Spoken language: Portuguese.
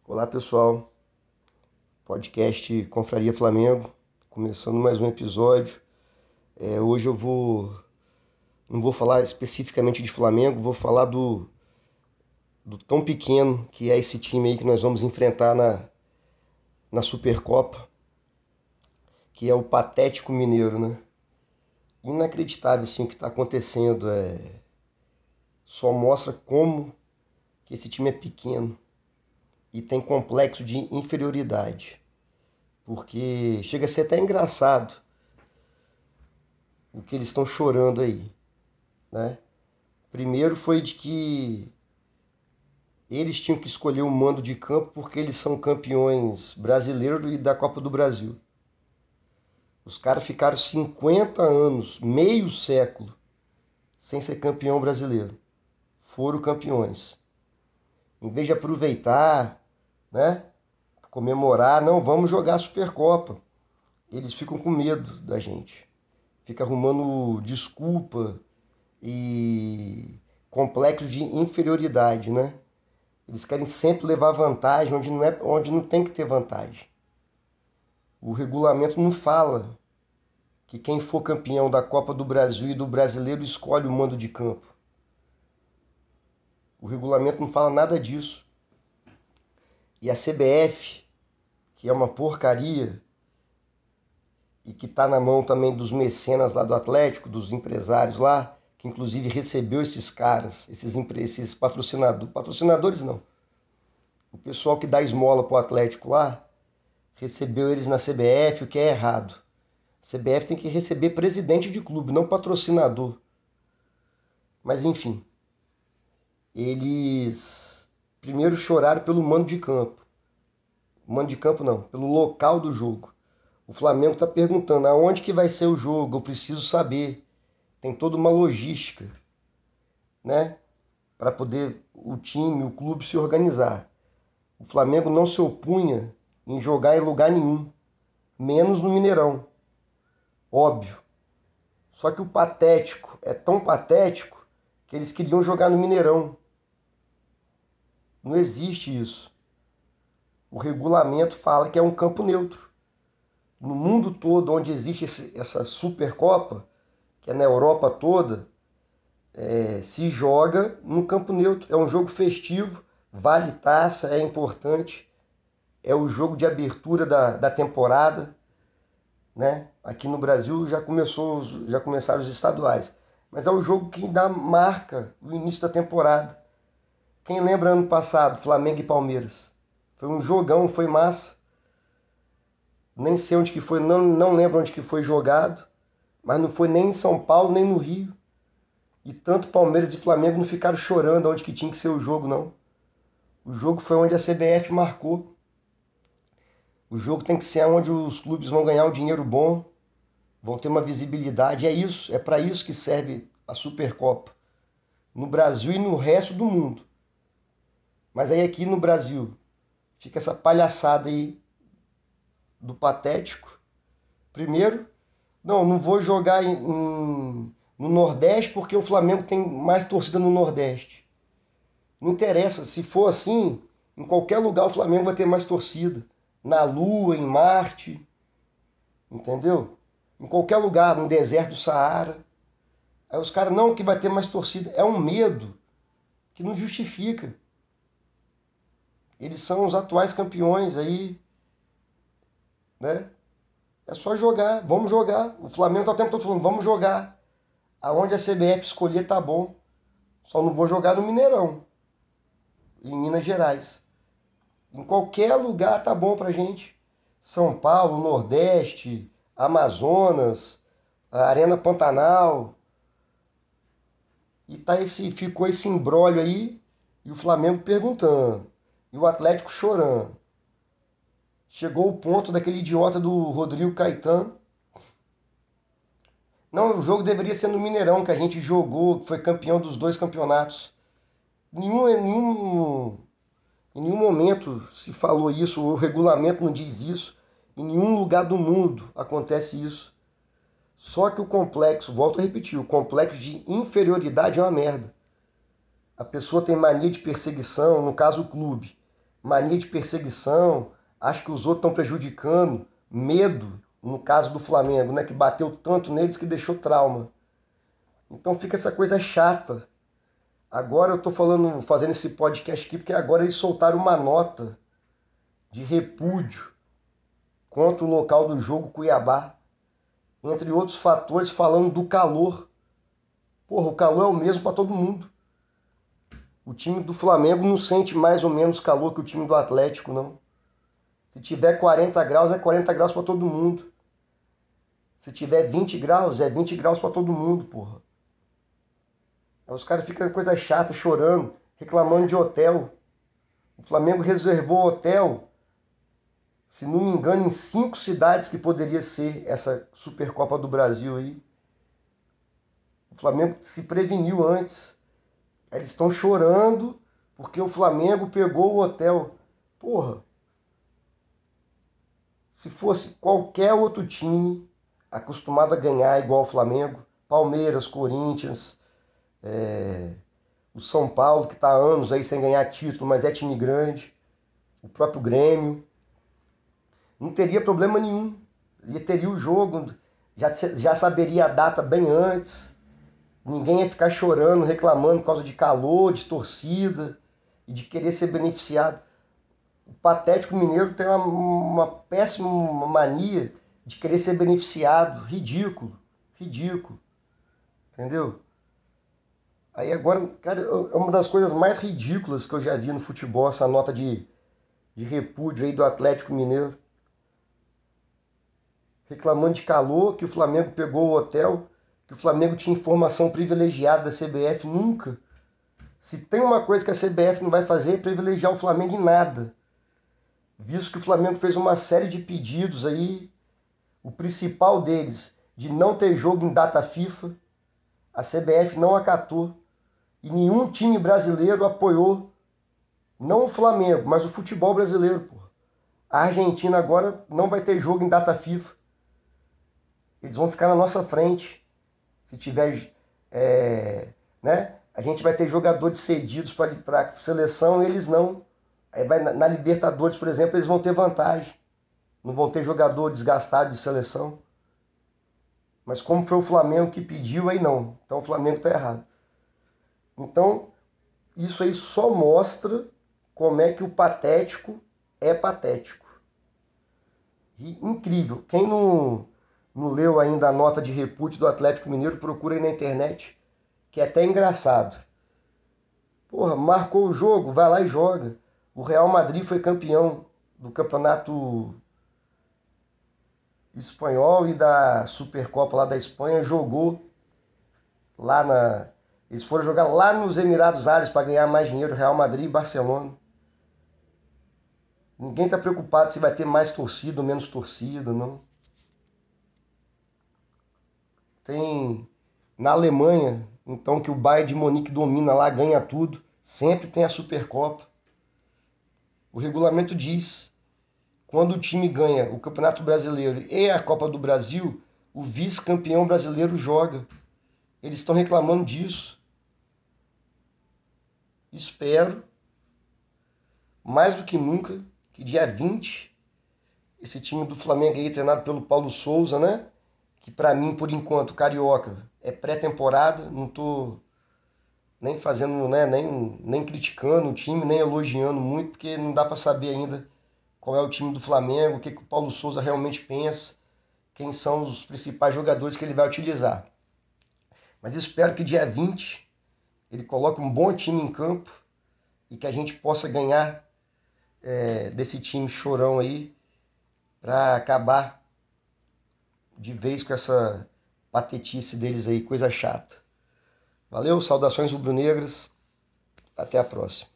Olá pessoal, podcast Confraria Flamengo, começando mais um episódio. Hoje não vou falar especificamente de Flamengo, vou falar do tão pequeno que é esse time aí que nós vamos enfrentar na Supercopa, que é o Patético Mineiro, né? Inacreditável assim, o que está acontecendo, só mostra como que esse time é pequeno e tem complexo de inferioridade, porque chega a ser até engraçado o que eles estão chorando aí, né? Primeiro foi de que eles tinham que escolher o mando de campo porque eles são campeões brasileiros e da Copa do Brasil. Os caras ficaram 50 anos, meio século, sem ser campeão brasileiro. Foram campeões. Em vez de aproveitar, né, comemorar, não, vamos jogar a Supercopa. Eles ficam com medo da gente. Fica arrumando desculpa e complexo de inferioridade, né? Eles querem sempre levar vantagem onde não tem que ter vantagem. O regulamento não fala que quem for campeão da Copa do Brasil e do Brasileiro escolhe o mando de campo. O regulamento não fala nada disso. E a CBF, que é uma porcaria e que está na mão também dos mecenas lá do Atlético, dos empresários lá, que inclusive recebeu esses caras, esses patrocinadores não. O pessoal que dá esmola pro Atlético lá, recebeu eles na CBF, o que é errado. A CBF tem que receber presidente de clube, não patrocinador. Mas enfim, eles primeiro choraram pelo mando de campo. Mando de campo não, pelo local do jogo. O Flamengo está perguntando aonde que vai ser o jogo, eu preciso saber. Tem toda uma logística, né? Para poder o time, o clube se organizar. O Flamengo não se opunha em jogar em lugar nenhum, menos no Mineirão. Óbvio. Só que o patético é tão patético que eles queriam jogar no Mineirão. Não existe isso. O regulamento fala que é um campo neutro. No mundo todo onde existe essa Supercopa, que é na Europa toda, se joga no campo neutro. É um jogo festivo, vale taça, é importante. É o jogo de abertura da temporada, né? Aqui no Brasil já começaram os estaduais. Mas é o jogo que dá marca o início da temporada. Quem lembra ano passado, Flamengo e Palmeiras? Foi um jogão, foi massa. Nem sei onde que foi, não lembro onde que foi jogado, mas não foi nem em São Paulo, nem no Rio. E tanto Palmeiras e Flamengo não ficaram chorando onde que tinha que ser o jogo, não. O jogo foi onde a CBF marcou. O jogo tem que ser onde os clubes vão ganhar um dinheiro bom, vão ter uma visibilidade. É isso, é para isso que serve a Supercopa. No Brasil e no resto do mundo. Mas aí aqui no Brasil fica essa palhaçada aí do patético. Primeiro, não vou jogar no Nordeste porque o Flamengo tem mais torcida no Nordeste. Não interessa, se for assim, em qualquer lugar o Flamengo vai ter mais torcida. Na Lua, em Marte, entendeu? Em qualquer lugar, no deserto do Saara. Aí os caras, não, que vai ter mais torcida. É um medo que não justifica. Eles são os atuais campeões aí, né? É só jogar, vamos jogar. O Flamengo tá o tempo todo falando, vamos jogar. Aonde a CBF escolher tá bom. Só não vou jogar no Mineirão, em Minas Gerais. Em qualquer lugar tá bom pra gente. São Paulo, Nordeste, Amazonas, a Arena Pantanal. E ficou esse imbróglio aí, e o Flamengo perguntando, e o Atlético chorando. Chegou o ponto daquele idiota do Rodrigo Caetano. Não, o jogo deveria ser no Mineirão, que a gente jogou, que foi campeão dos dois campeonatos. Em nenhum momento se falou isso, o regulamento não diz isso. Em nenhum lugar do mundo acontece isso. Só que o complexo, volto a repetir, o complexo de inferioridade é uma merda. A pessoa tem mania de perseguição, no caso o clube. mania de perseguição, acha que os outros estão prejudicando, medo, no caso do Flamengo, né, que bateu tanto neles que deixou trauma. Então fica essa coisa chata. Agora eu estou fazendo esse podcast aqui porque agora eles soltaram uma nota de repúdio contra o local do jogo Cuiabá, entre outros fatores, falando do calor. Porra, o calor é o mesmo para todo mundo. O time do Flamengo não sente mais ou menos calor que o time do Atlético, não. Se tiver 40 graus, é 40 graus para todo mundo. Se tiver 20 graus, é 20 graus para todo mundo, porra. Aí os caras ficam coisa chata, chorando, reclamando de hotel. O Flamengo reservou hotel, se não me engano, em 5 cidades que poderia ser essa Supercopa do Brasil aí. O Flamengo se preveniu antes. Eles estão chorando porque o Flamengo pegou o hotel. Porra, se fosse qualquer outro time acostumado a ganhar igual o Flamengo, Palmeiras, Corinthians, o São Paulo, que está há anos aí sem ganhar título, mas é time grande, o próprio Grêmio, não teria problema nenhum. Ele teria o jogo, já saberia a data bem antes, ninguém ia ficar chorando, reclamando por causa de calor, de torcida e de querer ser beneficiado. O Patético Mineiro tem uma péssima mania de querer ser beneficiado. Ridículo, ridículo, entendeu? Aí agora, cara, é uma das coisas mais ridículas que eu já vi no futebol, essa nota de repúdio aí do Atlético Mineiro. Reclamando de calor, que o Flamengo pegou o hotel, que o Flamengo tinha informação privilegiada da CBF. Nunca. Se tem uma coisa que a CBF não vai fazer é privilegiar o Flamengo em nada. Visto que o Flamengo fez uma série de pedidos aí, o principal deles, de não ter jogo em data FIFA, a CBF não acatou. E nenhum time brasileiro apoiou, não o Flamengo, mas o futebol brasileiro, pô. A Argentina agora não vai ter jogo em data FIFA. Eles vão ficar na nossa frente. Se tiver, né? A gente vai ter jogadores cedidos para a seleção e eles não. Aí na Libertadores, por exemplo, eles vão ter vantagem. Não vão ter jogador desgastado de seleção. Mas como foi o Flamengo que pediu, aí não. Então o Flamengo está errado. Então, isso aí só mostra como é que o patético é patético. E incrível. Quem não leu ainda a nota de repúdio do Atlético Mineiro, procura aí na internet, que é até engraçado. Porra, marcou o jogo, vai lá e joga. O Real Madrid foi campeão do campeonato espanhol e da Supercopa lá da Espanha, jogou lá na... Eles foram jogar lá nos Emirados Árabes para ganhar mais dinheiro, Real Madrid e Barcelona. Ninguém está preocupado se vai ter mais torcida ou menos torcida, não. Tem na Alemanha, então, que o Bayern de Munique domina lá, ganha tudo, sempre tem a Supercopa. O regulamento diz, quando o time ganha o Campeonato Brasileiro e a Copa do Brasil, o vice-campeão brasileiro joga. Eles estão reclamando disso. Espero, mais do que nunca, que dia 20, esse time do Flamengo aí, treinado pelo Paulo Souza, né? Que para mim, por enquanto, carioca, é pré-temporada, não tô nem fazendo, né, nem criticando o time, nem elogiando muito, porque não dá para saber ainda qual é o time do Flamengo, o que o Paulo Souza realmente pensa, quem são os principais jogadores que ele vai utilizar. Mas espero que dia 20 ele coloque um bom time em campo e que a gente possa ganhar desse time chorão aí para acabar de vez com essa patetice deles aí, coisa chata. Valeu, saudações rubro-negras, até a próxima.